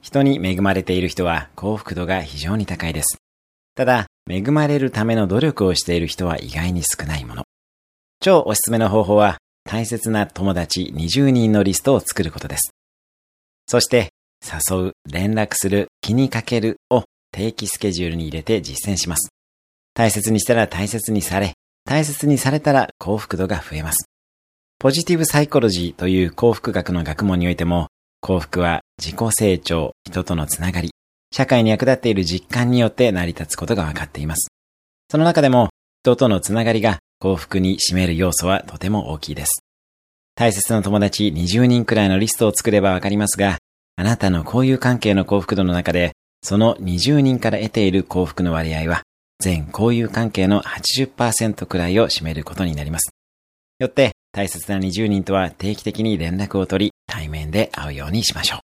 人に恵まれている人は幸福度が非常に高いです。ただ、恵まれるための努力をしている人は意外に少ないもの。超おすすめの方法は、大切な友達20人のリストを作ることです。そして、誘う、連絡する、気にかけるを定期スケジュールに入れて実践します。大切にしたら大切にされ、大切にされたら幸福度が増えます。ポジティブサイコロジーという幸福学の学問においても、幸福は自己成長、人とのつながり、社会に役立っている実感によって成り立つことが分かっています。その中でも、人とのつながりが幸福に占める要素はとても大きいです。大切な友達20人くらいのリストを作ればわかりますが、あなたの交友関係の幸福度の中で、その20人から得ている幸福の割合は、全交友関係の 80% くらいを占めることになります。よって、大切な20人とは定期的に連絡を取り、対面で会うようにしましょう。